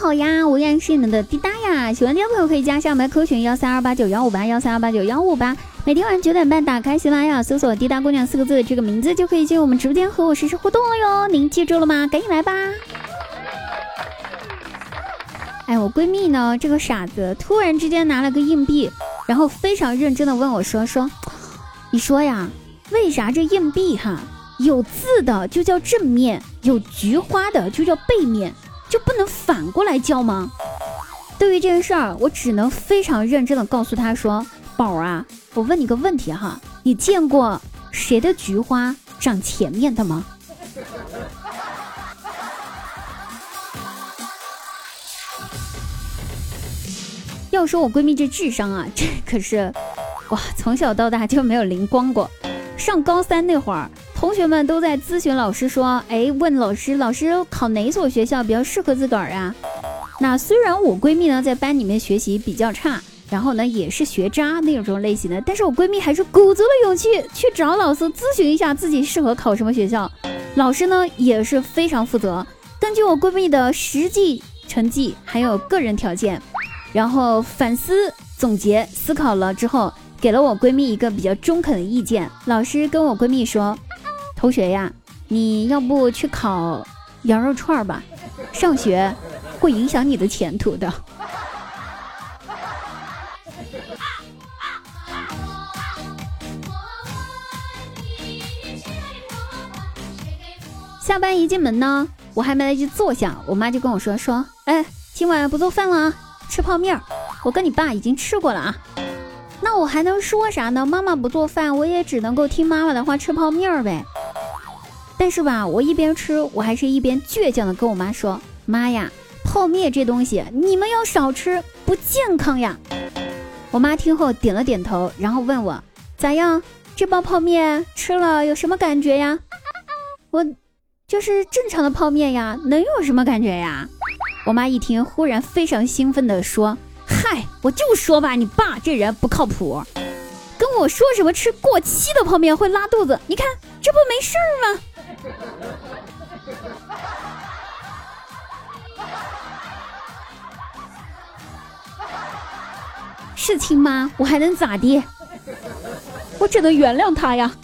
好呀，我依然是你们的滴答呀。喜欢滴答朋友可以加上我们的 Q 群13289158132891558，每天晚上9点半打开喜马拉雅搜索滴答姑娘4个字这个名字就可以进入我们直播间和我实时互动了哟，您记住了吗？赶紧来吧。哎，我闺蜜呢这个傻子突然之间拿了个硬币，然后非常认真的问我说你说呀，为啥这硬币有字的就叫正面，有菊花的就叫背面，就不能反过来叫吗？对于这件事儿，我只能非常认真的告诉她说，宝啊，我问你个问题你见过谁的菊花长前面的吗？要说我闺蜜这智商这可是哇，从小到大就没有灵光过。上高3那会儿，同学们都在咨询老师说，问老师考哪所学校比较适合自个儿啊？那虽然我闺蜜呢在班里面学习比较差，然后呢也是学渣那种类型的，但是我闺蜜还是鼓足了勇气去找老师咨询一下自己适合考什么学校。老师呢也是非常负责，根据我闺蜜的实际成绩还有个人条件，然后反思总结思考了之后，给了我闺蜜一个比较中肯的意见。老师跟我闺蜜说，同学呀，你要不去考羊肉串吧，上学会影响你的前途的。下班一进门呢，我还没来及坐下，我妈就跟我说，今晚不做饭了吃泡面，我跟你爸已经吃过了那我还能说啥呢？妈妈不做饭，我也只能够听妈妈的话吃泡面呗。但是吧，我一边吃，我还是一边倔强的跟我妈说，妈呀，泡面这东西你们要少吃，不健康呀。我妈听后点了点头，然后问我，咋样，这包泡面吃了有什么感觉呀？我就是正常的泡面呀，能有什么感觉呀？我妈一听忽然非常兴奋地说，嗨，我就说吧，你爸这人不靠谱，跟我说什么吃过期的泡面会拉肚子，你看这不没事吗？是亲妈，我还能咋地？我只能原谅他呀。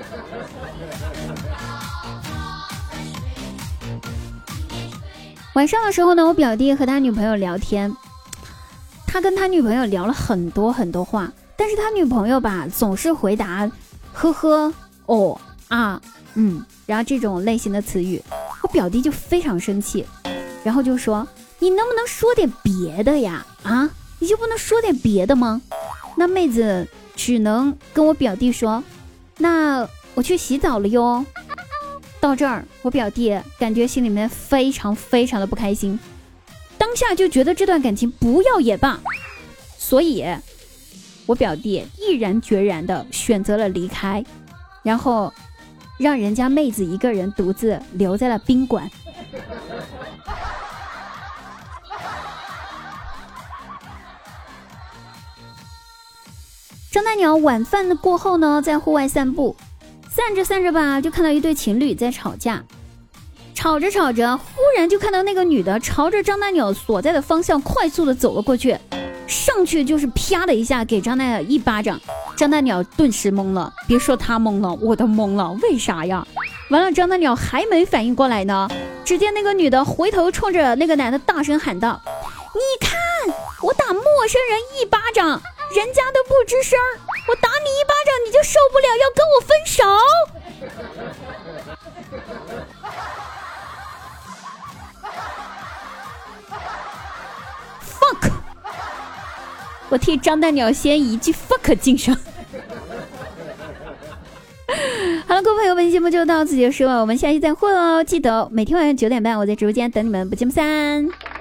晚上的时候呢，我表弟和他女朋友聊天，他跟他女朋友聊了很多很多话，但是他女朋友吧总是回答呵呵哦啊然后这种类型的词语，我表弟就非常生气，然后就说，你能不能说点别的呀？你就不能说点别的吗？那妹子只能跟我表弟说，那我去洗澡了哟。到这儿，我表弟感觉心里面非常非常的不开心，当下就觉得这段感情不要也罢，所以我表弟毅然决然的选择了离开，然后让人家妹子一个人独自留在了宾馆。张大鸟晚饭过后呢，在户外散步，散着吧，就看到一对情侣在吵架，吵着，忽然就看到那个女的朝着张大鸟所在的方向快速的走了过去，上去就是啪的一下给张大鸟一巴掌。张大鸟顿时懵了，别说他懵了，我都懵了，为啥呀？完了，张大鸟还没反应过来呢，只见那个女的回头冲着那个男的大声喊道，你看我打陌生人一巴掌，人家都不吱声，我打你一巴掌你就受不了要跟我分手。fuck， 我替张大鸟先一句 fuck 敬上。好了，各位朋友，本期节目就到此结束了，我们下期再会哦！记得每天晚上9点半，我在直播间等你们，不见不散。